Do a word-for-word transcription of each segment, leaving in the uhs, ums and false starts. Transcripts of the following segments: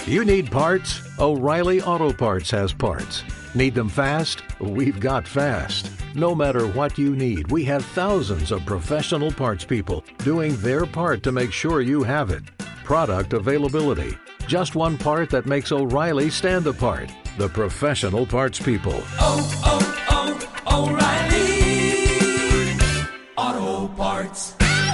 You need parts? O'Reilly Auto Parts has parts. Need them fast? We've got fast. No matter what you need, we have thousands of professional parts people doing their part to make sure you have it. Product availability. Just one part that makes O'Reilly stand apart. The professional parts people. Oh, oh, oh, O'Reilly Auto Parts.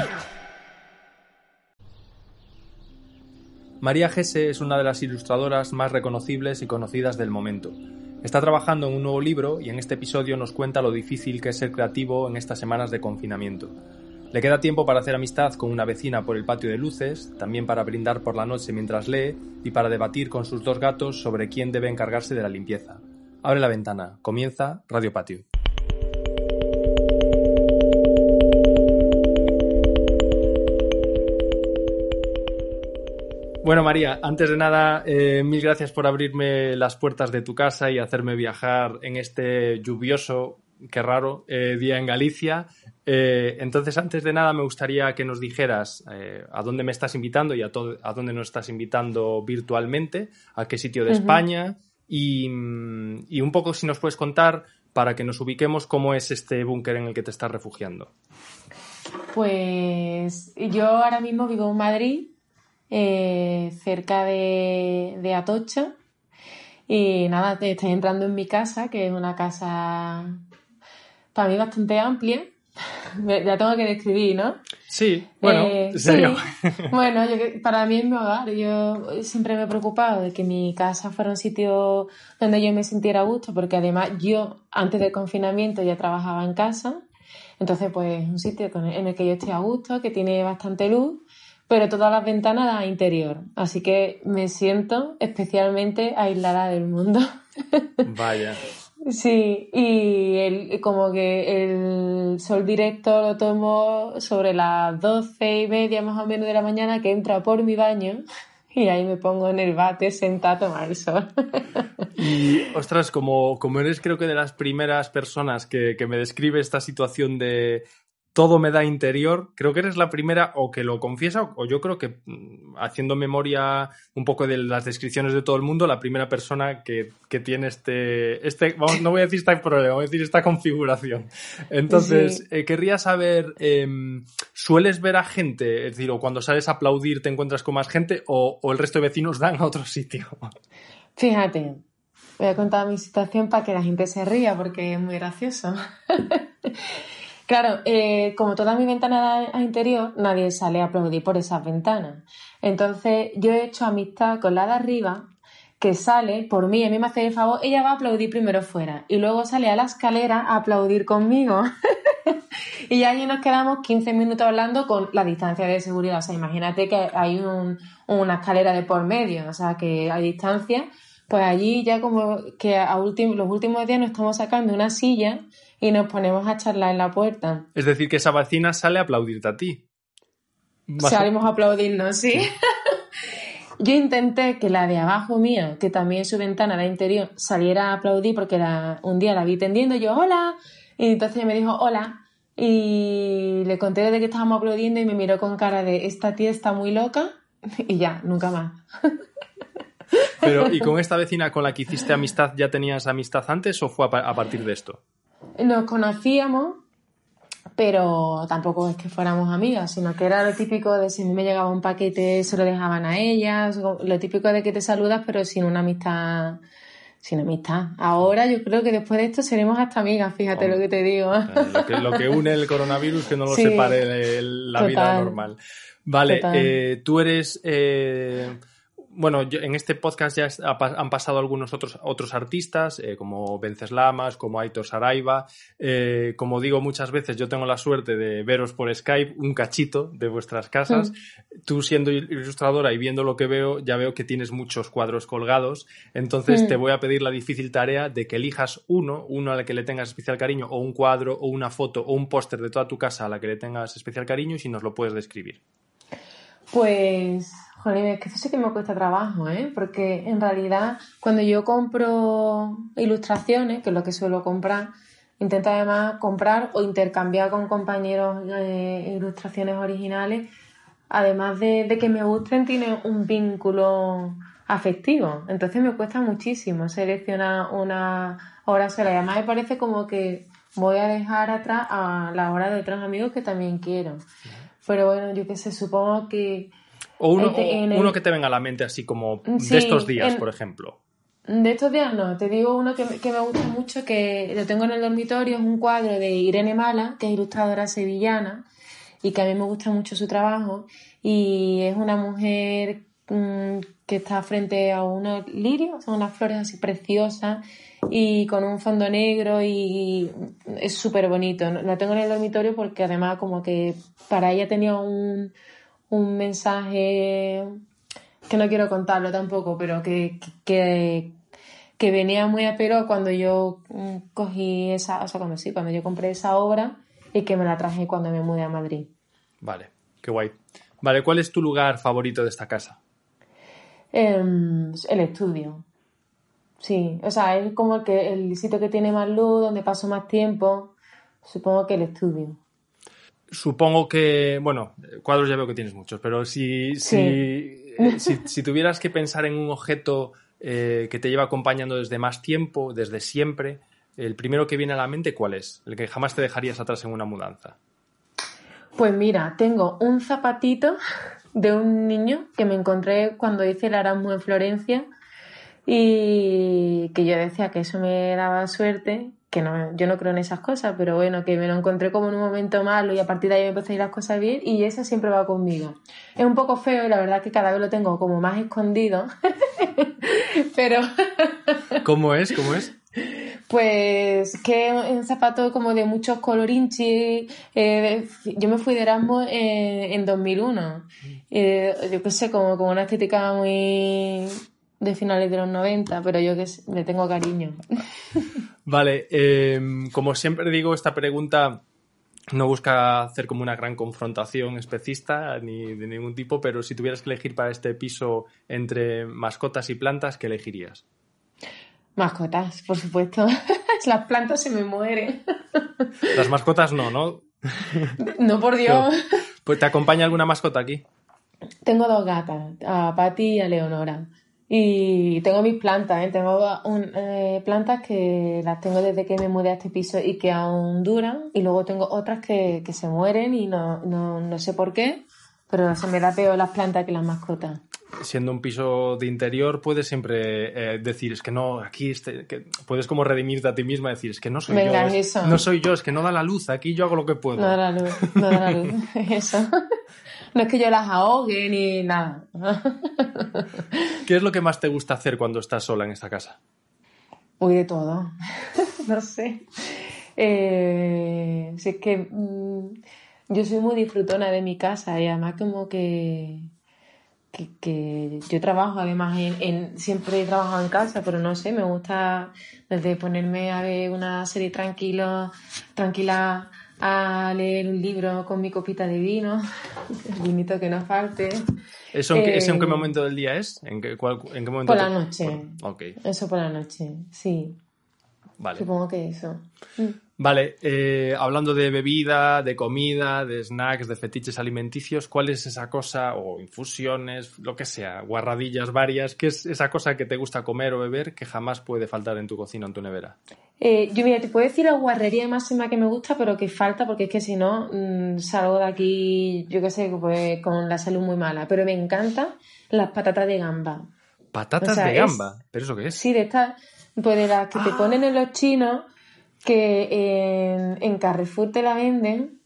María Gese es una de las ilustradoras más reconocibles y conocidas del momento. Está trabajando en un nuevo libro y en este episodio nos cuenta lo difícil que es ser creativo en estas semanas de confinamiento. Le queda tiempo para hacer amistad con una vecina por el patio de luces, también para brindar por la noche mientras lee y para debatir con sus dos gatos sobre quién debe encargarse de la limpieza. Abre la ventana. Comienza Radio Patio. Bueno, María, antes de nada, eh, mil gracias por abrirme las puertas de tu casa y hacerme viajar en este lluvioso, qué raro, eh, día en Galicia. Eh, entonces, antes de nada, me gustaría que nos dijeras eh, a dónde me estás invitando y a, to- a dónde nos estás invitando virtualmente, a qué sitio de uh-huh. España y, y un poco si nos puedes contar para que nos ubiquemos cómo es este búnker en el que te estás refugiando. Pues yo ahora mismo vivo en Madrid, Eh, cerca de, de Atocha, y nada, te estoy entrando en mi casa, que es una casa para mí bastante amplia. Ya tengo que describir, ¿no? Sí, bueno, eh, en serio. Sí. Bueno, yo, para mí es mi hogar. Yo siempre me he preocupado de que mi casa fuera un sitio donde yo me sintiera a gusto, porque además yo antes del confinamiento ya trabajaba en casa, entonces pues un sitio en el que yo estoy a gusto, que tiene bastante luz, pero todas las ventanas dan interior, así que me siento especialmente aislada del mundo. Vaya. Sí, y el, como que el sol directo lo tomo sobre las doce y media más o menos de la mañana, que entra por mi baño, y ahí me pongo en el váter sentada a tomar el sol. Y, ostras, como, como eres creo que de las primeras personas que, que me describe esta situación de todo me da interior, creo que eres la primera o que lo confiesa, o yo creo que haciendo memoria un poco de las descripciones de todo el mundo, la primera persona que, que tiene este, este vamos, no voy a decir este problema, voy a decir esta configuración. Entonces, sí. eh, querría saber, eh, ¿sueles ver a gente? Es decir, o cuando sales a aplaudir te encuentras con más gente, o, o el resto de vecinos dan a otro sitio. Fíjate, voy a contar mi situación para que la gente se ría, porque es muy gracioso. Claro, eh, como toda mi ventana a interior, nadie sale a aplaudir por esas ventanas. Entonces, yo he hecho amistad con la de arriba, que sale por mí, a mí me hace el favor, ella va a aplaudir primero fuera y luego sale a la escalera a aplaudir conmigo. Y allí nos quedamos quince minutos hablando con la distancia de seguridad. O sea, imagínate que hay un, una escalera de por medio, o sea, que hay distancia. Pues allí ya como que a últim- los últimos días nos estamos sacando una silla y nos ponemos a charlar en la puerta. Es decir, que esa vecina sale a aplaudirte a ti. Vas Salimos a aplaudirnos, ¿sí? sí. Yo intenté que la de abajo mía, que también su ventana de interior, saliera a aplaudir porque la, un día la vi tendiendo y yo, ¡hola! Y entonces ella me dijo, ¡hola! Y le conté de que estábamos aplaudiendo y me miró con cara de, esta tía está muy loca, y ya, nunca más. Pero, ¿y con esta vecina con la que hiciste amistad ya tenías amistad antes o fue a partir de esto? Nos conocíamos, pero tampoco es que fuéramos amigas, sino que era lo típico de si a mí me llegaba un paquete se lo dejaban a ellas, lo típico de que te saludas pero sin una amistad, sin amistad. Ahora yo creo que después de esto seremos hasta amigas, fíjate. Hombre, lo que te digo. Lo que, lo que une el coronavirus, que no lo sí, separe el, la total, vida normal. Vale, eh, tú eres... Eh, Bueno, yo, en este podcast ya han pasado algunos otros, otros artistas, eh, como Venceslamas, como Aitor Saraiva. Eh, como digo muchas veces, yo tengo la suerte de veros por Skype un cachito de vuestras casas. Mm. Tú siendo ilustradora y viendo lo que veo, ya veo que tienes muchos cuadros colgados. Entonces mm. te voy a pedir la difícil tarea de que elijas uno, uno al que le tengas especial cariño, o un cuadro, o una foto, o un póster de toda tu casa a la que le tengas especial cariño y si nos lo puedes describir. Pues... Joder, es que eso sí que me cuesta trabajo, ¿eh? Porque en realidad cuando yo compro ilustraciones, que es lo que suelo comprar, intento además comprar o intercambiar con compañeros eh, ilustraciones originales además de, de que me gusten, tienen un vínculo afectivo. Entonces me cuesta muchísimo seleccionar una hora sola. Y además me parece como que voy a dejar atrás a la hora de otros amigos que también quiero. Pero bueno, yo qué sé, supongo que... O uno, este, o uno el... que te venga a la mente así como sí, de estos días, en... por ejemplo. De estos días no, te digo uno que, que me gusta mucho, que lo tengo en el dormitorio, es un cuadro de Irene Mala, que es ilustradora sevillana, y que a mí me gusta mucho su trabajo, y es una mujer mmm, que está frente a unos lirios, son unas flores así preciosas, y con un fondo negro, y es súper bonito. Lo tengo en el dormitorio porque además como que para ella tenía un, un mensaje... que no quiero contarlo tampoco, pero que, que, que venía muy a pelo cuando yo cogí esa, o sea, cuando sí, cuando yo compré esa obra y que me la traje cuando me mudé a Madrid. Vale, qué guay. Vale, ¿cuál es tu lugar favorito de esta casa? Eh, el estudio. Sí, o sea, es como el, que, el sitio que tiene más luz, donde paso más tiempo. Supongo que el estudio. Supongo que, bueno, cuadros ya veo que tienes muchos, pero si... Sí. si... Si, si tuvieras que pensar en un objeto eh, que te lleva acompañando desde más tiempo, desde siempre, el primero que viene a la mente, ¿cuál es? El que jamás te dejarías atrás en una mudanza. Pues mira, tengo un zapatito de un niño que me encontré cuando hice el Erasmus en Florencia y que yo decía que eso me daba suerte, que no, yo no creo en esas cosas, pero bueno, que me lo encontré como en un momento malo y a partir de ahí me empecé a ir las cosas bien y eso siempre va conmigo. Es un poco feo y la verdad es que cada vez lo tengo como más escondido, pero... ¿Cómo es? ¿Cómo es? Pues que es un zapato como de muchos colorinchis. Eh, yo me fui de Erasmus en, en dos mil uno. Eh, yo qué sé, como, como una estética muy... de finales de los noventa, pero yo que le tengo cariño. Vale, eh, como siempre digo, esta pregunta no busca hacer como una gran confrontación especista ni de ningún tipo, pero si tuvieras que elegir para este piso entre mascotas y plantas, ¿qué elegirías? Mascotas, por supuesto. Las plantas se me mueren. Las mascotas no, ¿no? No, por Dios. No. Pues ¿te acompaña alguna mascota aquí? Tengo dos gatas, a Pati y a Leonora. Y tengo mis plantas, ¿eh? Tengo un, eh, plantas que las tengo desde que me mudé a este piso y que aún duran. Y luego tengo otras que, que se mueren y no, no, no sé por qué, pero se me da peor las plantas que las mascotas. Siendo un piso de interior puedes siempre eh, decir, es que no, aquí este, que puedes como redimirte a ti misma y decir, es que no soy Venga, yo, eso. Es, no soy yo, es que no da la luz, aquí yo hago lo que puedo. No da la luz, no da la luz, eso. No es que yo las ahogue ni nada. ¿Qué es lo que más te gusta hacer cuando estás sola en esta casa? Uy, de todo. No sé. Eh, si es que mmm, yo soy muy disfrutona de mi casa y además como que, que, que yo trabajo además en, en siempre he trabajado en casa, pero no sé, me gusta desde ponerme a ver una serie tranquilo, tranquila a leer un libro con mi copita de vino, el vinito que no falte. ¿Eso en qué, eh, ¿eso en qué momento del día es? ¿En qué, cuál, en qué momento? Por la noche. Por... Okay. Eso por la noche, sí. Vale. Supongo que eso. Vale, eh, hablando de bebida, de comida, de snacks, de fetiches alimenticios, ¿cuál es esa cosa, o infusiones, lo que sea, guarradillas varias, qué es esa cosa que te gusta comer o beber que jamás puede faltar en tu cocina o en tu nevera? Eh, yo mira, te puedo decir la guarrería máxima que me gusta, pero que falta, porque es que si no, mmm, salgo de aquí, yo qué sé, pues con la salud muy mala. Pero me encantan las patatas de gamba. ¿Patatas o sea, de gamba? Es, ¿pero eso qué es? Sí, de estas, pues de las que ah. te ponen en los chinos, que en, en Carrefour te la venden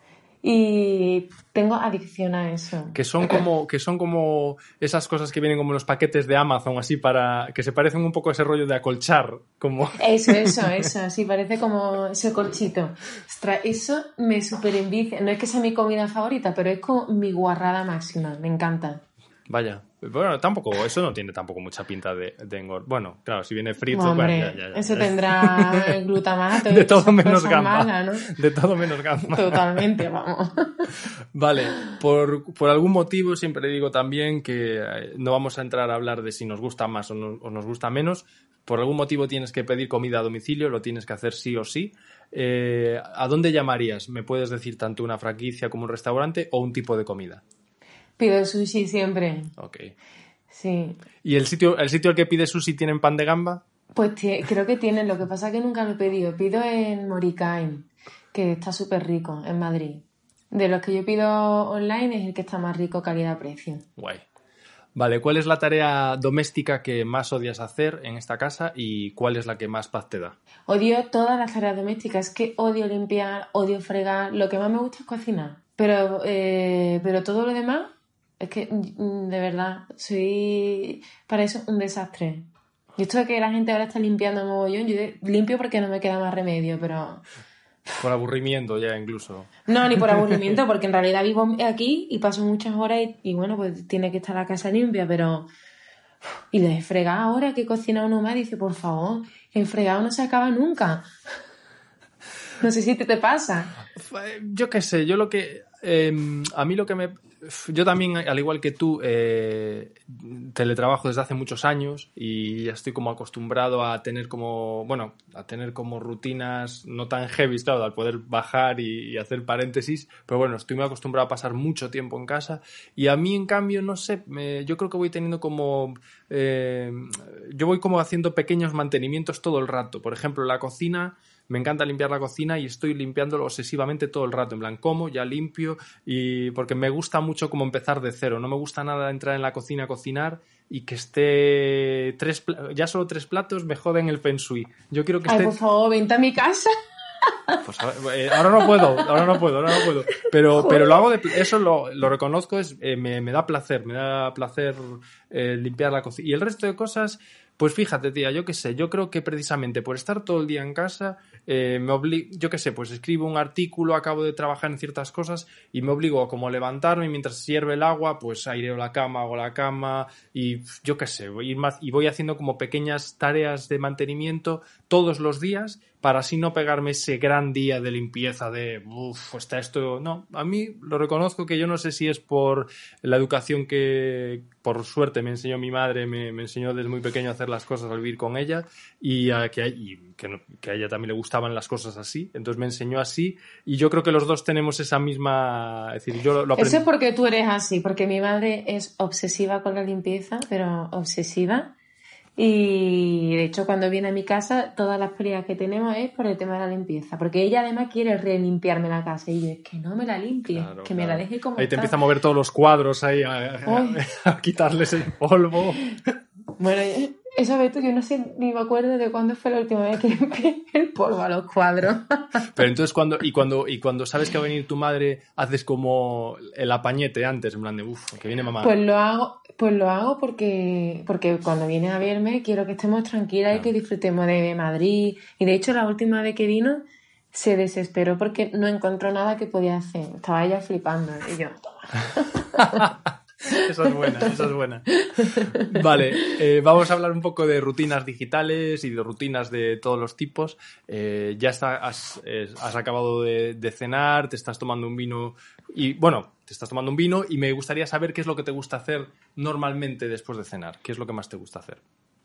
y tengo adicción a eso. Que son como que son como esas cosas que vienen como en los paquetes de Amazon, así para que se parecen un poco a ese rollo de acolchar. Como... Eso, eso, eso, sí, parece como ese colchito. Ostras, eso me súper envicia. No es que sea mi comida favorita, pero es como mi guarrada máxima, me encanta. Vaya. Bueno, tampoco, eso no tiene tampoco mucha pinta de, de engordar. Bueno, claro, si viene frito... Hombre, bueno, ya, ya, ya. Eso tendrá glutamato. De todo menos gamba. Malas, ¿no? De todo menos gamba. Totalmente, vamos. Vale, por, por algún motivo siempre digo también que no vamos a entrar a hablar de si nos gusta más o, no, o nos gusta menos. Por algún motivo tienes que pedir comida a domicilio, lo tienes que hacer sí o sí. Eh, ¿A dónde llamarías? ¿Me puedes decir tanto una franquicia como un restaurante o un tipo de comida? Pido sushi siempre. Ok. Sí. ¿Y el sitio, el sitio al que pides sushi tienen pan de gamba? Pues t- creo que tienen, lo que pasa es que nunca lo he pedido. Pido en Moricain, que está súper rico, en Madrid. De los que yo pido online es el que está más rico calidad-precio. Guay. Vale, ¿cuál es la tarea doméstica que más odias hacer en esta casa y cuál es la que más paz te da? Odio todas las tareas domésticas, es que odio limpiar, odio fregar, lo que más me gusta es cocinar. Pero, eh, pero todo lo demás, es que de verdad, soy para eso un desastre. Y esto de que la gente ahora está limpiando mogollón, yo limpio porque no me queda más remedio, pero... Por aburrimiento ya incluso. No, ni por aburrimiento, porque en realidad vivo aquí y paso muchas horas y, y bueno, pues tiene que estar la casa limpia, pero... Y de fregar ahora que cocina uno más, dice, por favor, el fregado no se acaba nunca. No sé si te, te pasa. Yo qué sé, yo lo que... Eh, a mí lo que me... Yo también, al igual que tú, eh, teletrabajo desde hace muchos años y ya estoy como acostumbrado a tener como, bueno, a tener como rutinas no tan heavy, claro, al poder bajar y, y hacer paréntesis, pero bueno, estoy muy acostumbrado a pasar mucho tiempo en casa y a mí, en cambio, no sé, me, yo creo que voy teniendo como, eh, yo voy como haciendo pequeños mantenimientos todo el rato. Por ejemplo, la cocina... Me encanta limpiar la cocina y estoy limpiándolo obsesivamente todo el rato. En plan, como, ya limpio, y porque me gusta mucho como empezar de cero. No me gusta nada entrar en la cocina a cocinar y que esté tres ya solo tres platos me joden el feng shui. Yo quiero que Ay, esté... por favor, vente a mi casa. Pues, eh, ahora no puedo, ahora no puedo, ahora no puedo. Pero, pero lo hago de... Eso lo, lo reconozco, es, eh, me, me da placer, me da placer eh, limpiar la cocina. Y el resto de cosas... Pues fíjate, tía, yo qué sé, yo creo que precisamente por estar todo el día en casa, eh, me obligo, yo qué sé, pues escribo un artículo, acabo de trabajar en ciertas cosas y me obligo a como levantarme y mientras hierve el agua, pues aireo la cama, hago la cama y yo qué sé, voy, más, y voy haciendo como pequeñas tareas de mantenimiento todos los días para así no pegarme ese gran día de limpieza de, uff, está esto... No, a mí lo reconozco que yo no sé si es por la educación que, por suerte, me enseñó mi madre, me, me enseñó desde muy pequeño a hacer las cosas, a vivir con ella y, a que, y que, no, que a ella también le gustaban las cosas así, entonces me enseñó así y yo creo que los dos tenemos esa misma... Es decir, yo lo aprendí... Eso es porque tú eres así, porque mi madre es obsesiva con la limpieza, pero obsesiva. Y de hecho cuando viene a mi casa todas las peleas que tenemos es por el tema de la limpieza, porque ella además quiere relimpiarme la casa y yo es que no me la limpie, claro, que claro. me la deje como ahí está. te empieza a mover todos los cuadros ahí a, a, a quitarles el polvo. Bueno, eso ves tú, yo no sé ni me acuerdo de cuándo fue la última vez que limpié el polvo a los cuadros. Pero entonces cuando y cuando y cuando sabes que va a venir tu madre haces como el apañete antes, en plan de uff, que viene mamá. Pues lo hago, pues lo hago porque porque cuando viene a verme quiero que estemos tranquilas, claro, y que disfrutemos de Madrid. Y de hecho la última vez que vino se desesperó porque no encontró nada que podía hacer. Estaba ella flipando y yo. Esa es buena, esa es buena. Vale, eh, vamos a hablar un poco de rutinas digitales y de rutinas de todos los tipos. Eh, ya está, has, eh, has acabado de, de cenar, te estás tomando un vino y, bueno, te estás tomando un vino y me gustaría saber qué es lo que te gusta hacer normalmente después de cenar. ¿Qué es lo que más te gusta hacer?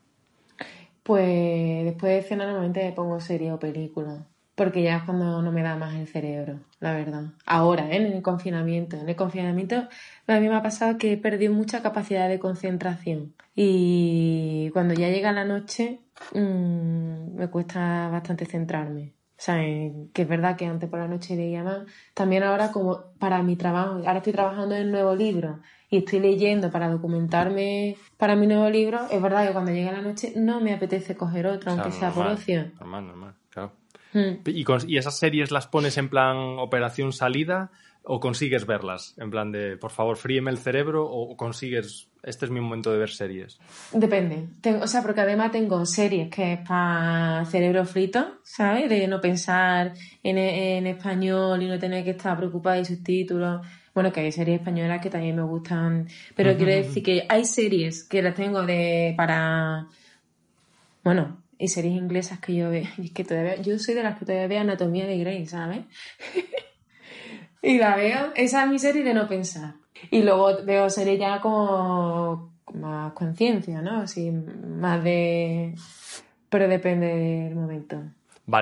Pues después de cenar normalmente me pongo serie o película. Porque ya es cuando no me da más el cerebro, la verdad. Ahora, ¿eh? En el confinamiento. En el confinamiento a mí me ha pasado que he perdido mucha capacidad de concentración. Y cuando ya llega la noche mmm, me cuesta bastante centrarme. O sea, que es verdad que antes por la noche leía más. También ahora como para mi trabajo, ahora estoy trabajando en un nuevo libro y estoy leyendo para documentarme para mi nuevo libro. Es verdad que cuando llega la noche no me apetece coger otro, aunque claro, sea normal, por ocio. Normal, normal, claro. Mm. ¿Y, con, ¿Y esas series las pones en plan operación salida o consigues verlas? En plan de, por favor, fríeme el cerebro o consigues, este es mi momento de ver series. Depende. Tengo, o sea, porque además tengo series que es para cerebro frito, ¿sabes? De no pensar en, en español y no tener que estar preocupada de subtítulos. Bueno, que hay series españolas que también me gustan. Pero quiero decir que hay series que las tengo de para... Bueno... Y series inglesas que yo veo. Y es que todavía, yo soy de las que todavía veo Anatomía de Grey, ¿sabes? Y la veo, esa es mi serie de no pensar. Y luego veo series ya como más conciencia, ¿no? Así, más de... Pero depende del momento. Vale.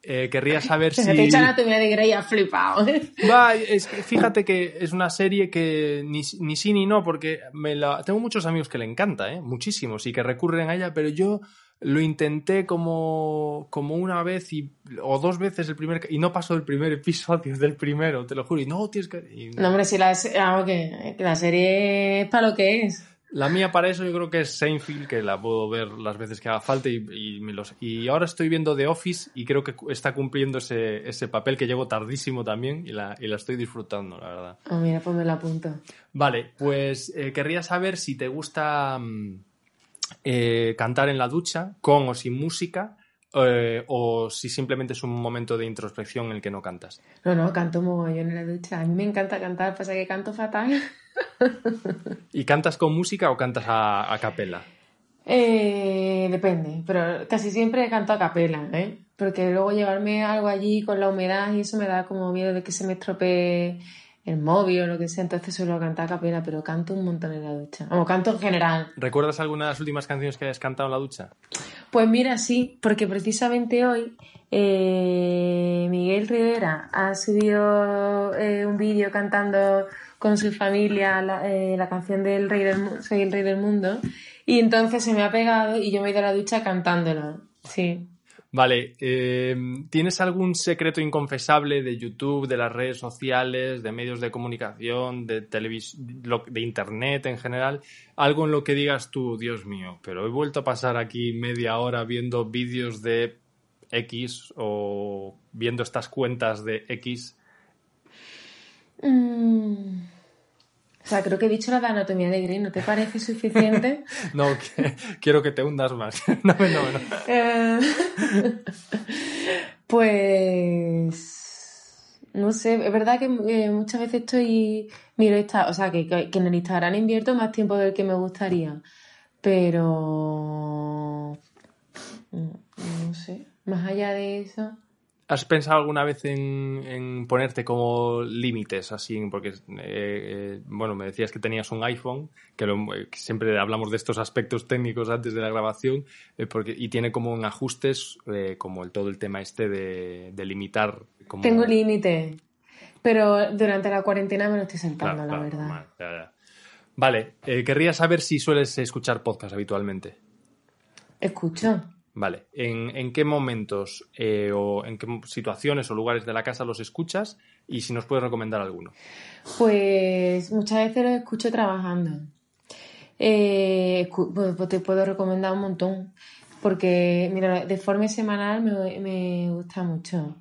eh, querría saber si... Te he dicho Anatomía de Grey y has flipado. Va, es, fíjate que es una serie que ni, ni sí ni no, porque me la, tengo muchos amigos que le encanta, ¿eh? Muchísimos, y que recurren a ella, pero yo lo intenté como, como una vez y, o dos veces el primer, y no pasó el primer episodio del primero, te lo juro, y no, tienes que... Y... No, hombre, si la, ah, okay, la serie es para lo que es. La mía para eso yo creo que es Seinfeld, que la puedo ver las veces que haga falta y, y, me los, y ahora estoy viendo The Office y creo que está cumpliendo ese, ese papel que llegó tardísimo también y la, y la estoy disfrutando, la verdad. Ah, oh, mira, pues me la apunto. Vale, pues eh, querría saber si te gusta eh, cantar en la ducha, con o sin música, eh, o si simplemente es un momento de introspección en el que no cantas. No, no, canto mogollón en la ducha. A mí me encanta cantar, pasa que canto fatal. ¿Y cantas con música o cantas a, a capela? Eh, depende, pero casi siempre canto a capela, ¿eh? Porque luego llevarme algo allí con la humedad y eso me da como miedo de que se me estropee el móvil o lo que sea, entonces suelo cantar a capela, pero canto un montón en la ducha. Vamos, canto en general. ¿Recuerdas alguna de las últimas canciones que hayas cantado en la ducha? Pues mira, sí, porque precisamente hoy eh, Miguel Rivera ha subido eh, un vídeo cantando con su familia la, eh, la canción del Rey del Soy el Rey del Mundo, y entonces se me ha pegado y yo me he ido a la ducha cantándolo, sí. Vale, eh, ¿tienes algún secreto inconfesable de YouTube, de las redes sociales, de medios de comunicación, de televisión, de internet en general? Algo en lo que digas tú, Dios mío, pero he vuelto a pasar aquí media hora viendo vídeos de X o viendo estas cuentas de X. Mm. O sea, creo que he dicho la de Anatomía de Grey, ¿no te parece suficiente? No, que, quiero que te hundas más. No, no, no. Eh, pues... No sé, es verdad que eh, muchas veces estoy... Miro esta, o sea, que, que en el Instagram invierto más tiempo del que me gustaría. Pero... No sé, más allá de eso... ¿Has pensado alguna vez en, en ponerte como límites así? Porque, eh, eh, bueno, me decías que tenías un iPhone, que, lo, que siempre hablamos de estos aspectos técnicos antes de la grabación, eh, porque, y tiene como en ajustes, eh, como el, todo el tema este de, de limitar. Como... Tengo límite, pero durante la cuarentena me lo estoy saltando, claro, la claro, verdad. Mal, ya, ya. Vale, eh, querría saber si sueles escuchar podcast habitualmente. Escucho. Vale, ¿en, en qué momentos eh, o en qué situaciones o lugares de la casa los escuchas y si nos puedes recomendar alguno? Pues muchas veces los escucho trabajando. Eh, pues, pues te puedo recomendar un montón porque, mira, de forma semanal me, me gusta mucho.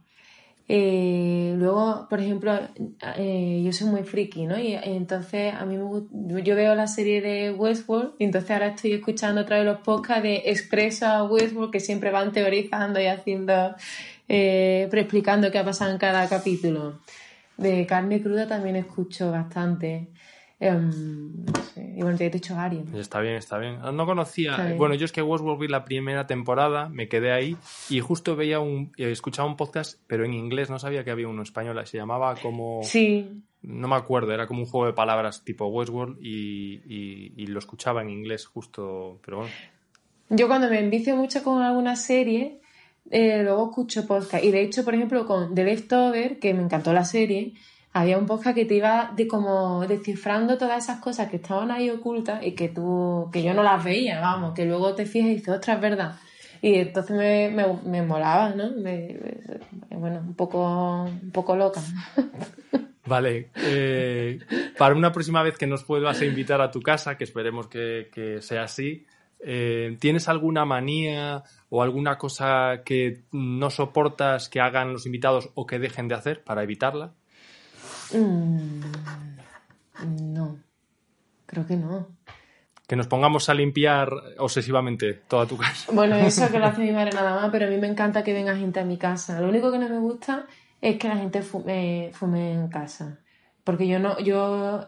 Eh, luego, por ejemplo, eh, yo soy muy friki, ¿no? Y, y entonces a mí me gusta, yo veo la serie de Westworld y entonces ahora estoy escuchando otra vez los podcasts de Expreso a Westworld, que siempre van teorizando y haciendo, eh, explicando qué ha pasado en cada capítulo. De carne cruda también escucho bastante. Um, no sé. Y bueno, te he dicho varios. Está bien, está bien. No conocía. Bien. Bueno, yo es que Westworld vi la primera temporada, me quedé ahí y justo veía un, escuchaba un podcast, pero en inglés, no sabía que había uno en español. Se llamaba como. Sí. No me acuerdo, era como un juego de palabras tipo Westworld y, y, y lo escuchaba en inglés justo, pero bueno. Yo cuando me envicio mucho con alguna serie, eh, luego escucho podcast. Y de hecho, por ejemplo, con The Leftover, que me encantó la serie. Había un podcast que te iba de como descifrando todas esas cosas que estaban ahí ocultas y que tú, que yo no las veía, vamos, que luego te fijas y dices, ostras, es verdad. Y entonces me, me, me molaba, ¿no? Me, me, bueno, un poco, un poco loca. Vale, eh, para una próxima vez que nos vuelvas a invitar a tu casa, que esperemos que, que sea así, eh, ¿tienes alguna manía o alguna cosa que no soportas que hagan los invitados o que dejen de hacer para evitarla? Mm, no, creo que no. Que nos pongamos a limpiar obsesivamente toda tu casa. Bueno, eso que lo hace mi madre nada más, pero a mí me encanta que venga gente a mi casa. Lo único que no me gusta es que la gente fume, fume en casa. Porque yo no, yo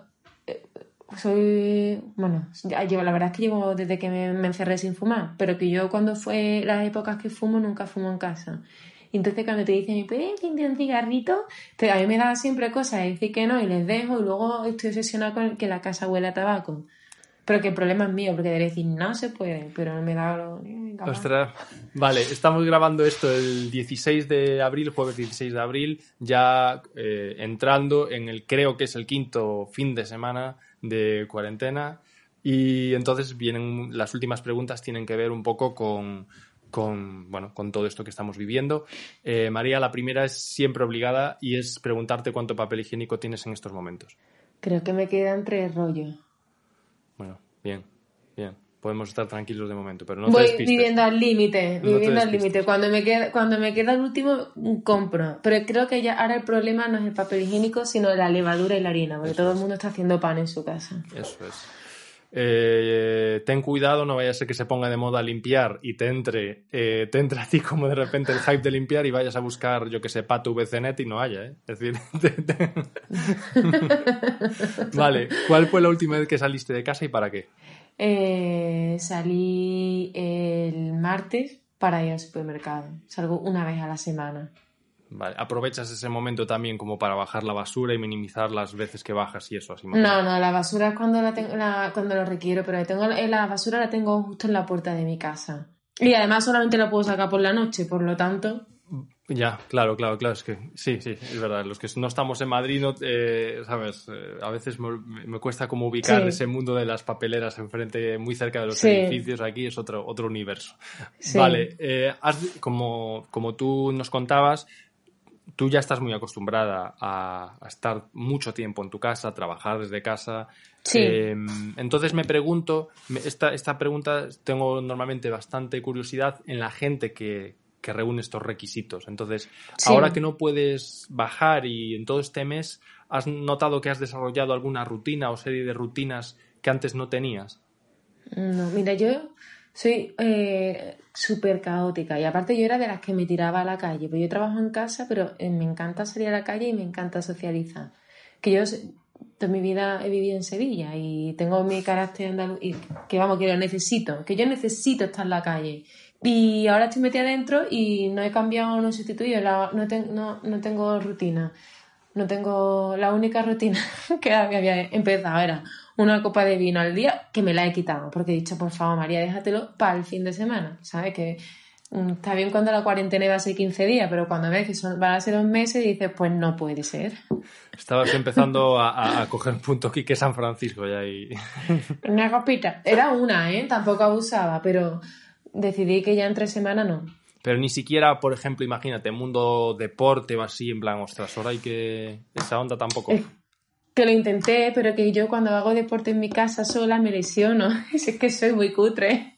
soy, bueno, ya llevo, la verdad es que llevo desde que me, me encerré sin fumar, pero que yo cuando fue las épocas que fumo, nunca fumo en casa. Y entonces cuando te dicen, ¿puedes encender un cigarrito? Te, a mí me da siempre cosas decir que no y les dejo y luego estoy obsesionada con que la casa huele a tabaco. Pero que el problema es mío, porque debería decir, no se puede, pero no me da lo... Ostras, vale, estamos grabando esto el dieciséis de abril, jueves dieciséis de abril, ya eh, entrando en el, creo que es el quinto fin de semana de cuarentena, y entonces vienen las últimas preguntas, tienen que ver un poco con, con, bueno, con todo esto que estamos viviendo. Eh, María, la primera es siempre obligada y es preguntarte cuánto papel higiénico tienes en estos momentos. Creo que me quedan tres rollos. Bueno, bien, bien. Podemos estar tranquilos de momento, pero no Voy te despistes. viviendo al límite, No viviendo al límite. Cuando me queda, cuando me queda el último, compro. Pero creo que ya ahora el problema no es el papel higiénico, sino la levadura y la harina, porque Eso todo es. el mundo está haciendo pan en su casa. Eso es. Eh, ten cuidado, no vaya a ser que se ponga de moda limpiar y te entre, eh, te entre a ti como de repente el hype de limpiar y vayas a buscar, yo que sé, Pato V C Net y no haya, ¿eh? Es decir, te, te... Vale, ¿cuál fue la última vez que saliste de casa y para qué? Eh, salí el martes para ir al supermercado. Salgo una vez a la semana. Vale, aprovechas ese momento también como para bajar la basura y minimizar las veces que bajas y eso así. No, no, la basura es cuando la tengo, la, cuando lo requiero, pero tengo la basura la tengo justo en la puerta de mi casa. Y además solamente la puedo sacar por la noche, por lo tanto... Ya, claro, claro, claro, es que sí, sí, es verdad. Los que no estamos en Madrid, no, eh, sabes, eh, a veces me, me cuesta como ubicar sí. ese mundo de las papeleras enfrente, muy cerca de los sí. edificios. Aquí es otro, otro universo. Sí. Vale, eh, has, como, como tú nos contabas, tú ya estás muy acostumbrada a, a estar mucho tiempo en tu casa, a trabajar desde casa. Sí. Eh, entonces me pregunto, esta, esta pregunta tengo normalmente bastante curiosidad en la gente que, que reúne estos requisitos. Entonces, sí. ahora que no puedes bajar y en todo este mes, ¿has notado que has desarrollado alguna rutina o serie de rutinas que antes no tenías? No, mira, yo soy eh, súper caótica y aparte yo era de las que me tiraba a la calle. Pues yo trabajo en casa, pero eh, me encanta salir a la calle y me encanta socializar. Que yo toda mi vida he vivido en Sevilla y tengo mi carácter andaluz y que vamos, que lo necesito, que yo necesito estar en la calle. Y ahora estoy metida adentro y no he cambiado, no he sustituido, la, no, te, no, no tengo rutina. No tengo... La única rutina que había empezado era una copa de vino al día, que me la he quitado, porque he dicho, por favor, María, déjatelo para el fin de semana, ¿sabes? Que um, está bien cuando la cuarentena va a ser quince días, pero cuando ves que son, van a ser dos meses, dices, pues no puede ser. Estabas empezando a, a, a coger punto aquí que San Francisco ya y... Una copita. Era una, ¿eh? Tampoco abusaba, pero decidí que ya en tres semanas no. Pero ni siquiera, por ejemplo, imagínate, mundo deporte o así, en plan, ostras, ahora hay que... Esa onda tampoco... Es que lo intenté, pero que yo cuando hago deporte en mi casa sola me lesiono. Es que soy muy cutre.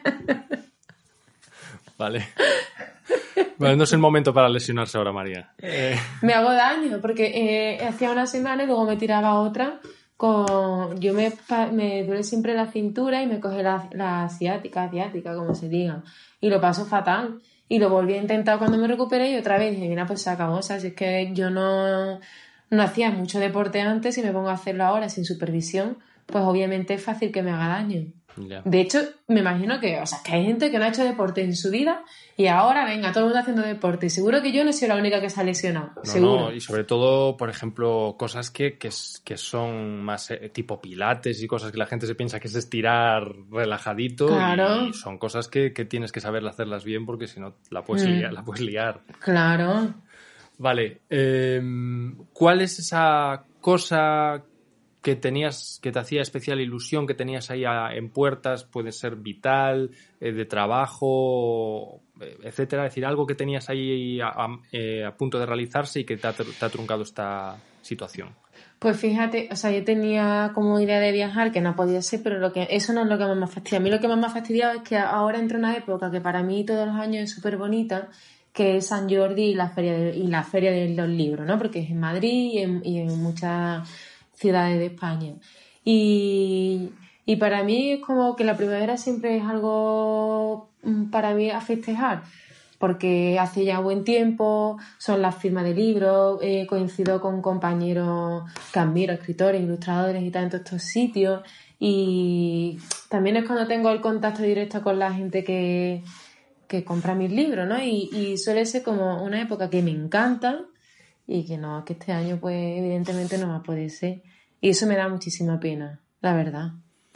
Vale. Bueno, no es el momento para lesionarse ahora, María. Eh... Me hago daño, porque eh, hacía una semana y luego me tiraba otra. Con... Yo me, me duele siempre la cintura y me coge la, la asiática, asiática, como se diga. Y lo paso fatal. Y lo volví a intentar cuando me recuperé y otra vez dije, mira, pues se acabó. O sea, si es que yo no, no hacía mucho deporte antes y me pongo a hacerlo ahora sin supervisión, pues obviamente es fácil que me haga daño. Yeah. De hecho, me imagino que, o sea, que hay gente que no ha hecho deporte en su vida y ahora, venga, todo el mundo haciendo deporte. Seguro que yo no soy la única que se ha lesionado. No, seguro. No, y sobre todo, por ejemplo, cosas que, que, que son más eh, tipo pilates y cosas que la gente se piensa que es estirar relajadito. Claro. Y son cosas que, que tienes que saber hacerlas bien porque si no la puedes, mm. liar, la puedes liar. Claro. Vale. Eh, ¿Cuál es esa cosa que tenías, que te hacía especial ilusión, que tenías ahí a, en puertas? Puede ser vital, eh, de trabajo, etcétera. Es decir, algo que tenías ahí a, a, eh, a punto de realizarse y que te ha, te ha truncado esta situación. Pues fíjate, o sea, yo tenía como idea de viajar, que no podía ser, pero lo que eso no es lo que más me fastidia. A mí lo que más me ha fastidiado es que ahora entra una época que para mí todos los años es súper bonita, que es San Jordi y la feria de, y la feria de los libros, ¿no? Porque es en Madrid y en, y en muchas ciudades de España. Y, y para mí es como que la primavera siempre es algo para mí a festejar, porque hace ya buen tiempo, son las firmas de libros, eh, coincido con compañeros que admiro, escritores, ilustradores y tal en todos estos sitios, y también es cuando tengo el contacto directo con la gente que, que compra mis libros, ¿no? Y, y suele ser como una época que me encanta y que no, que este año pues evidentemente no va a poder ser. Y eso me da muchísima pena, la verdad.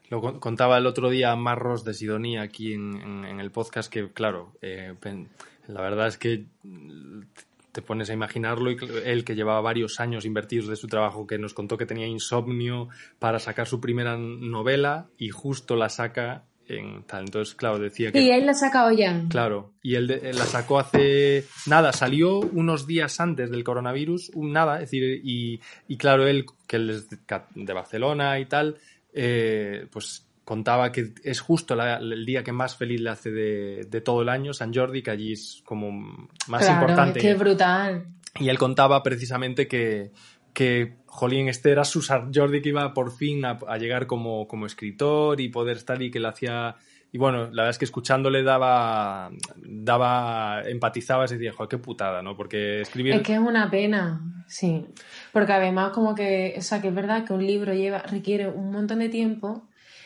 Lo contaba el otro día Marros de Sidonia aquí en, en, en el podcast que, claro, eh, la verdad es que te pones a imaginarlo y él que llevaba varios años invertidos de su trabajo, que nos contó que tenía insomnio para sacar su primera novela y justo la saca en tal. Entonces, claro, decía que... Y él la ha sacado ya. Claro, y él, de, él la sacó hace... Nada, salió unos días antes del coronavirus, un nada, es decir, y, y claro, él, que él es de Barcelona y tal... Eh, pues contaba que es justo la, el día que más feliz le hace de, de todo el año, Sant Jordi, que allí es como más claro, importante. Es que brutal. Y él contaba precisamente que, que jolín, este era su Sant Jordi, que iba por fin a, a llegar como, como escritor y poder estar, y que le hacía... Y bueno, la verdad es que escuchándole daba, daba empatizaba y decía, joder, qué putada, ¿no? Porque escribir... Es que es una pena, sí. Porque además como que, o sea, que es verdad que un libro lleva requiere un montón de tiempo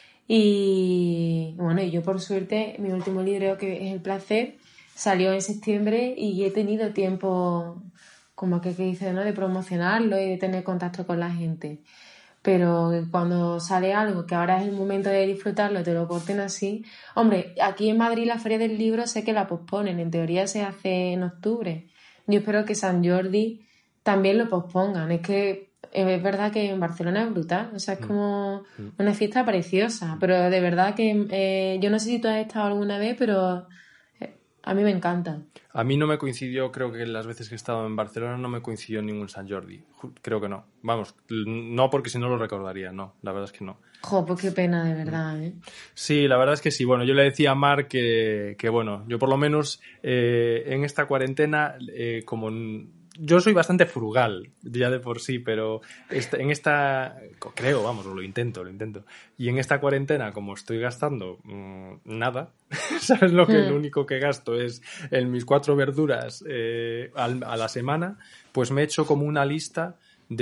y, bueno, y yo por suerte, mi último libro, que es El placer, salió en septiembre y he tenido tiempo, como que, que dice, ¿no?, de promocionarlo y de tener contacto con la gente. Pero cuando sale algo que ahora es el momento de disfrutarlo, te lo corten así. Hombre, aquí en Madrid la Feria del Libro sé que la posponen, en teoría se hace en octubre. Yo espero que Sant Jordi también lo pospongan. Es que es verdad que en Barcelona es brutal, o sea, es como una fiesta preciosa, pero de verdad que eh, yo no sé si tú has estado alguna vez, pero eh, a mí me encanta. A mí no me coincidió, creo que las veces que he estado en Barcelona no me coincidió ningún Sant Jordi. Creo que no. Vamos, no porque si no lo recordaría, no. La verdad es que no. Jo, pues qué pena, de verdad, ¿eh? Sí, la verdad es que sí. Bueno, yo le decía a Marc que, que bueno, yo por lo menos eh, en esta cuarentena, eh, como... Yo soy bastante frugal, ya de por sí, pero esta, en esta... Creo, vamos, lo intento, lo intento. Y en esta cuarentena, como estoy gastando mmm, nada, ¿sabes lo que? Mm. Lo único que gasto es en mis cuatro verduras eh, al, a la semana, pues me he hecho como una lista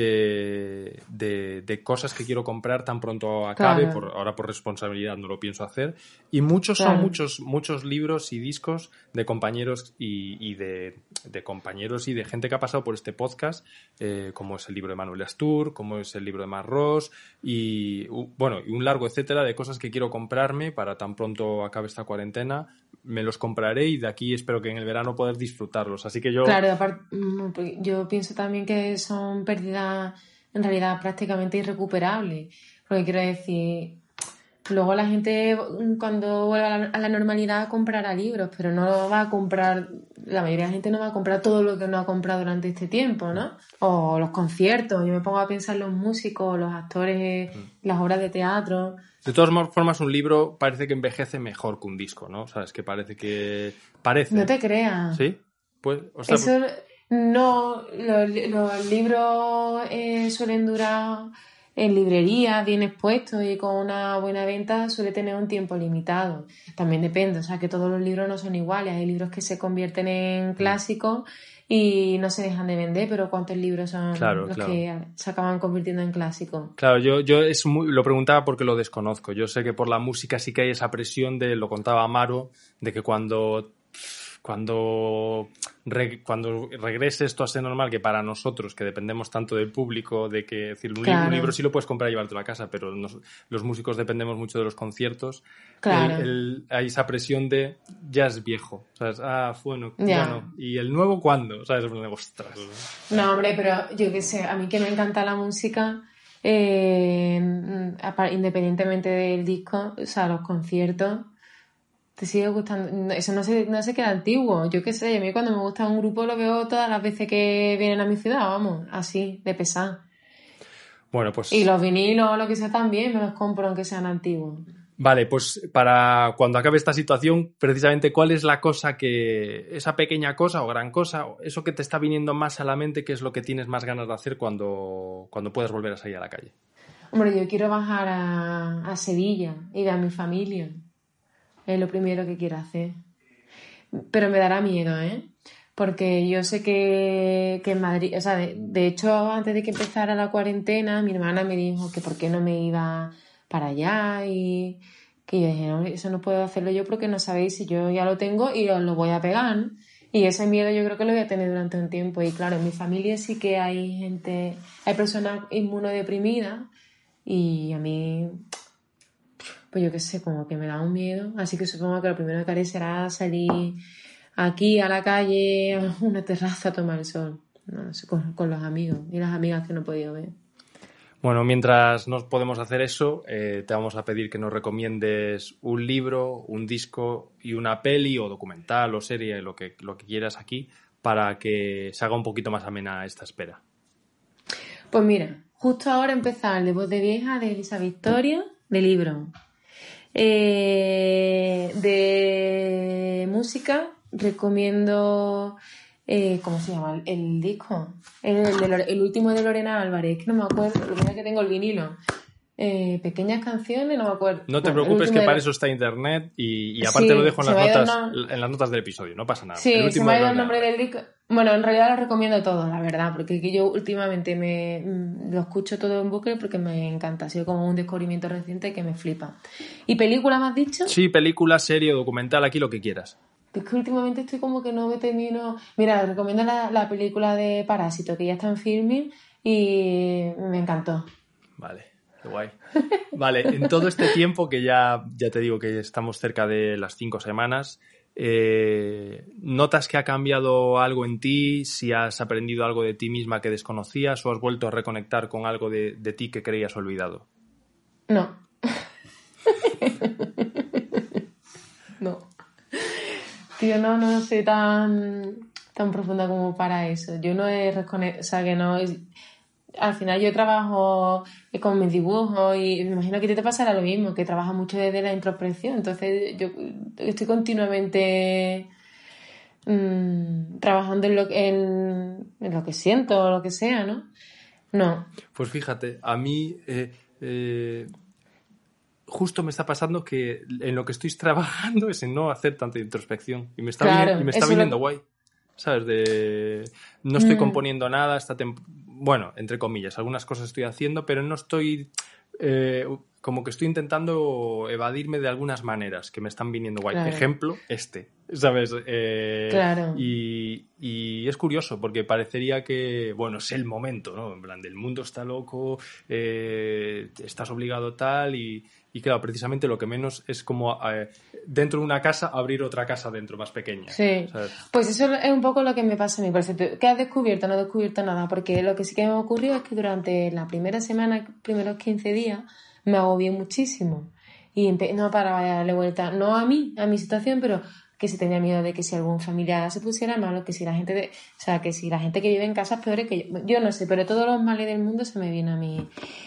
de, de, de cosas que quiero comprar tan pronto acabe, claro. por, ahora por responsabilidad no lo pienso hacer, y muchos claro. son muchos muchos libros y discos de compañeros y, y de, de compañeros y de gente que ha pasado por este podcast, eh, como es el libro de Manuel Astur, como es el libro de Marros y bueno, y un largo etcétera de cosas que quiero comprarme para tan pronto acabe esta cuarentena. Me los compraré y de aquí espero que en el verano poder disfrutarlos. Así que yo... Claro, aparte, yo pienso también que son pérdidas en realidad prácticamente irrecuperables. Porque quiero decir, luego la gente cuando vuelva a la normalidad comprará libros, pero no va a comprar, la mayoría de la gente no va a comprar todo lo que no ha comprado durante este tiempo, ¿no? O los conciertos, yo me pongo a pensar en los músicos, los actores, las obras de teatro... De todas formas, un libro parece que envejece mejor que un disco, ¿no? ¿Sabes? Que parece que... Parece. No te creas. ¿Sí? Pues, o sea, Eso... Pues... No, los, los libros eh, suelen durar en librerías, bien expuestos y con una buena venta suele tener un tiempo limitado. También depende, o sea, que todos los libros no son iguales. Hay libros que se convierten en clásicos y no se dejan de vender, pero ¿cuántos libros son claro, los claro. que se acaban convirtiendo en clásicos? Claro, yo, yo es muy, lo preguntaba porque lo desconozco. Yo sé que por la música sí que hay esa presión de, lo contaba Amaro, de que cuando... Cuando, re, cuando regrese esto a ser normal, que para nosotros, que dependemos tanto del público, de que decir, un, claro. libro, un libro sí lo puedes comprar y llevártelo a casa, pero nos, los músicos dependemos mucho de los conciertos, claro. el, el, hay esa presión de ya es viejo, ¿sabes? Ah, bueno, yeah. bueno, ¿y el nuevo cuándo? ¿Sabes? Ostras. No, hombre, pero yo qué sé, a mí que me encanta la música, eh, independientemente del disco, o sea, los conciertos, te sigue gustando, eso no se, no se queda antiguo, yo qué sé, a mí cuando me gusta un grupo lo veo todas las veces que vienen a mi ciudad, vamos, así, de pesar. Bueno, pues... Y los vinilos o lo que sea también me los compro aunque sean antiguos. Vale, pues para cuando acabe esta situación, precisamente, ¿cuál es la cosa que, esa pequeña cosa o gran cosa, eso que te está viniendo más a la mente, qué es lo que tienes más ganas de hacer cuando, cuando puedas volver a salir a la calle? Hombre, yo quiero bajar a, a Sevilla y ver a mi familia. Es lo primero que quiero hacer. Pero me dará miedo, ¿eh? Porque yo sé que, que en Madrid... O sea, de, de hecho, antes de que empezara la cuarentena, mi hermana me dijo que por qué no me iba para allá y... Que yo dije, no, eso no puedo hacerlo yo porque no sabéis si yo ya lo tengo y os lo voy a pegar, ¿no? Y ese miedo yo creo que lo voy a tener durante un tiempo. Y claro, en mi familia sí que hay gente... Hay personas inmunodeprimidas y a mí... pues yo qué sé, como que me da un miedo. Así que supongo que lo primero que haré será salir aquí a la calle, a una terraza a tomar el sol. No sé, con, con los amigos y las amigas que no he podido ver. Bueno, mientras no podemos hacer eso, eh, te vamos a pedir que nos recomiendes un libro, un disco y una peli o documental o serie, lo que, lo que quieras aquí, para que se haga un poquito más amena esta espera. Pues mira, justo ahora empezar el de Voz de Vieja de Elisa Victoria, de libro. Eh, de música recomiendo... Eh, ¿Cómo se llama? El, el disco. El, el, de Lore, el último de Lorena Álvarez, que no me acuerdo, lo que que tengo el vinilo. Eh, pequeñas canciones, no me acuerdo. No te bueno, preocupes que de... para eso está internet y, y aparte sí, lo dejo en las, notas, no... en las notas del episodio, no pasa nada. Sí, el se me ha ido el nombre del disco. Bueno, en realidad lo recomiendo todo, la verdad, porque yo últimamente me lo escucho todo en bucle porque me encanta. Ha sido como un descubrimiento reciente que me flipa. ¿Y película me has dicho? Sí, película, serie, documental, aquí lo que quieras. Es que últimamente estoy como que no me termino... Mira, recomiendo la, la película de Parásito, que ya está en filming y me encantó. Vale, qué guay. Vale, en todo este tiempo que ya, ya te digo que estamos cerca de las cinco semanas, eh, ¿notas que ha cambiado algo en ti? ¿Si has aprendido algo de ti misma que desconocías o has vuelto a reconectar con algo de, de ti que creías olvidado? No. No. Yo no, no soy tan, tan profunda como para eso. Yo no he reconocido, o sea, que no... Al final yo trabajo con mis dibujos y me imagino que a ti te pasará lo mismo, que trabajas mucho desde la introspección. Entonces yo estoy continuamente mmm, trabajando en lo, en, en lo que siento o lo que sea, ¿no? No. Pues fíjate, a mí... Eh, eh... justo me está pasando que en lo que estoy trabajando es en no hacer tanta introspección y me está, claro, viniendo, y me está viniendo lo... guay, ¿sabes? De no estoy mm. componiendo nada, esta temp... bueno, entre comillas, algunas cosas estoy haciendo, pero no estoy eh, como que estoy intentando evadirme de algunas maneras que me están viniendo guay. Claro. Ejemplo, este, ¿sabes? Eh, claro. Y, y es curioso porque parecería que, bueno, es el momento, ¿no? En plan, el mundo está loco, eh, estás obligado tal y Y claro, precisamente lo que menos es como eh, dentro de una casa abrir otra casa dentro, más pequeña. Sí, ¿sabes? Pues eso es un poco lo que me pasa a mí. Por eso, ¿qué has descubierto? No he descubierto nada, porque lo que sí que me ocurrió es que durante la primera semana, primeros quince días, me agobié muchísimo. Y empe- no paraba de darle vuelta, no a mí, a mi situación, pero que si tenía miedo de que si algún familiar se pusiera malo, que si la gente de, o sea, que si la gente que vive en casas peores que yo, yo no sé, pero todos los males del mundo se me vienen a mí.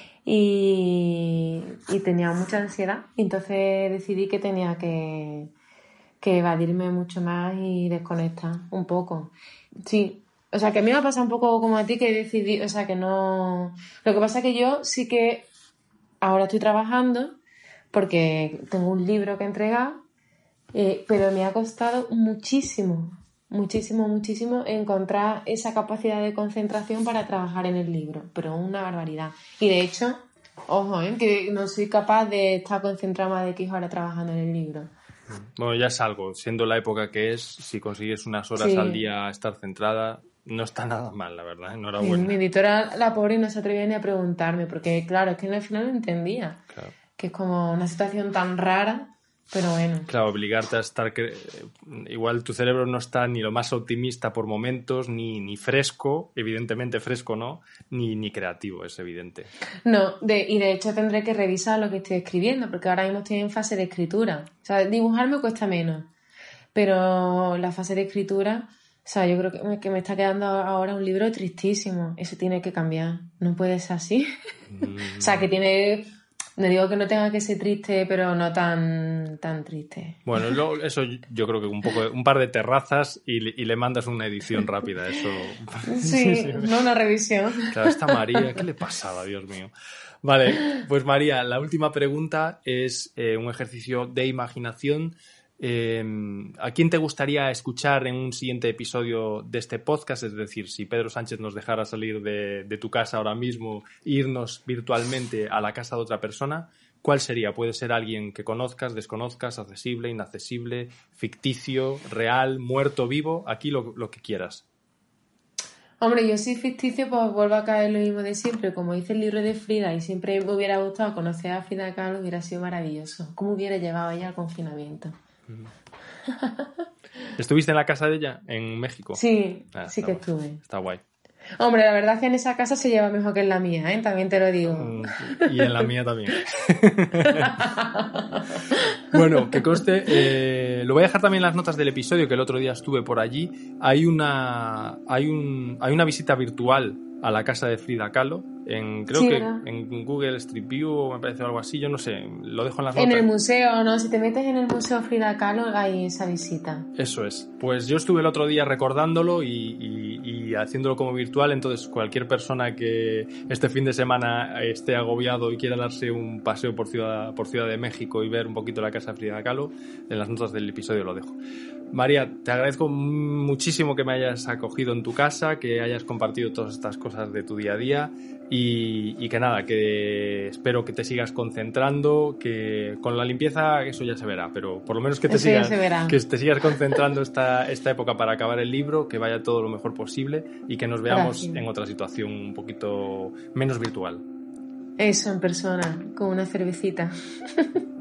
Y, y tenía mucha ansiedad y entonces decidí que tenía que, que evadirme mucho más y desconectar un poco. Sí, o sea que a mí me ha pasado un poco como a ti que decidí, o sea que no... Lo que pasa es que yo sí que ahora estoy trabajando porque tengo un libro que entregar, eh, pero me ha costado muchísimo, muchísimo, muchísimo encontrar esa capacidad de concentración para trabajar en el libro, pero una barbaridad. Y de hecho, ojo, ¿eh? que no soy capaz de estar concentrada más de X horas trabajando en el libro. Bueno, ya es algo, siendo la época que es, si consigues unas horas sí. al día estar centrada, no está nada mal, la verdad, enhorabuena. Mi editora, la pobre, no se atrevía ni a preguntarme, porque claro, es que al final no entendía, claro. que es como una situación tan rara. Pero bueno. Claro, obligarte a estar... Cre... Igual tu cerebro no está ni lo más optimista por momentos, ni, ni fresco, evidentemente fresco no, ni, ni creativo, es evidente. No, de, y de hecho tendré que revisar lo que estoy escribiendo, porque ahora mismo estoy en fase de escritura. O sea, dibujar me cuesta menos, pero la fase de escritura, o sea, yo creo que me, que me está quedando ahora un libro tristísimo. Eso tiene que cambiar, no puede ser así. Mm. O sea, que tiene... No digo que no tenga que ser triste, pero no tan tan triste. Bueno, lo, eso yo creo que un poco un par de terrazas y, y le mandas una edición rápida, eso. Sí, sí, sí, no una revisión. Claro, esta María, ¿qué le pasaba, Dios mío? Vale, pues María, la última pregunta es eh, un ejercicio de imaginación. Eh, ¿A quién te gustaría escuchar en un siguiente episodio de este podcast? Es decir, si Pedro Sánchez nos dejara salir de, de tu casa ahora mismo e irnos virtualmente a la casa de otra persona, ¿cuál sería? Puede ser alguien que conozcas, desconozcas, accesible, inaccesible, ficticio, real, muerto, vivo, aquí lo, lo que quieras. Hombre, yo soy ficticio, pues vuelvo a caer lo mismo de siempre. Como dice el libro de Frida, y siempre me hubiera gustado conocer a Frida Kahlo, hubiera sido maravilloso. ¿Cómo hubiera llevado ella al confinamiento? Mm. ¿Estuviste en la casa de ella, en México? Sí, ah, sí que guay. estuve. Está guay. Hombre, la verdad es que en esa casa se lleva mejor que en la mía, ¿eh? También te lo digo. Mm, y en la mía también. Bueno, que conste, eh, lo voy a dejar también en las notas del episodio, que el otro día estuve por allí. Hay una, hay un, hay una visita virtual a la casa de Frida Kahlo, en, creo Sí, que ¿verdad? en Google Street View, o me parece algo así, yo no sé, lo dejo en las notas. En el museo, ¿no? Si te metes en el museo Frida Kahlo, hay esa visita. Eso es. Pues yo estuve el otro día recordándolo y, y, y haciéndolo como virtual, entonces cualquier persona que este fin de semana esté agobiado y quiera darse un paseo por Ciudad, por Ciudad de México y ver un poquito la casa de Frida Kahlo, en las notas del episodio lo dejo. María, te agradezco muchísimo que me hayas acogido en tu casa, que hayas compartido todas estas cosas de tu día a día y, y que nada, que espero que te sigas concentrando, que con la limpieza eso ya se verá, pero por lo menos que te, Eso ya sigas, se verá. que te sigas concentrando esta, esta época para acabar el libro, que vaya todo lo mejor posible y que nos veamos Gracias. en otra situación un poquito menos virtual. Eso, en persona, con una cervecita.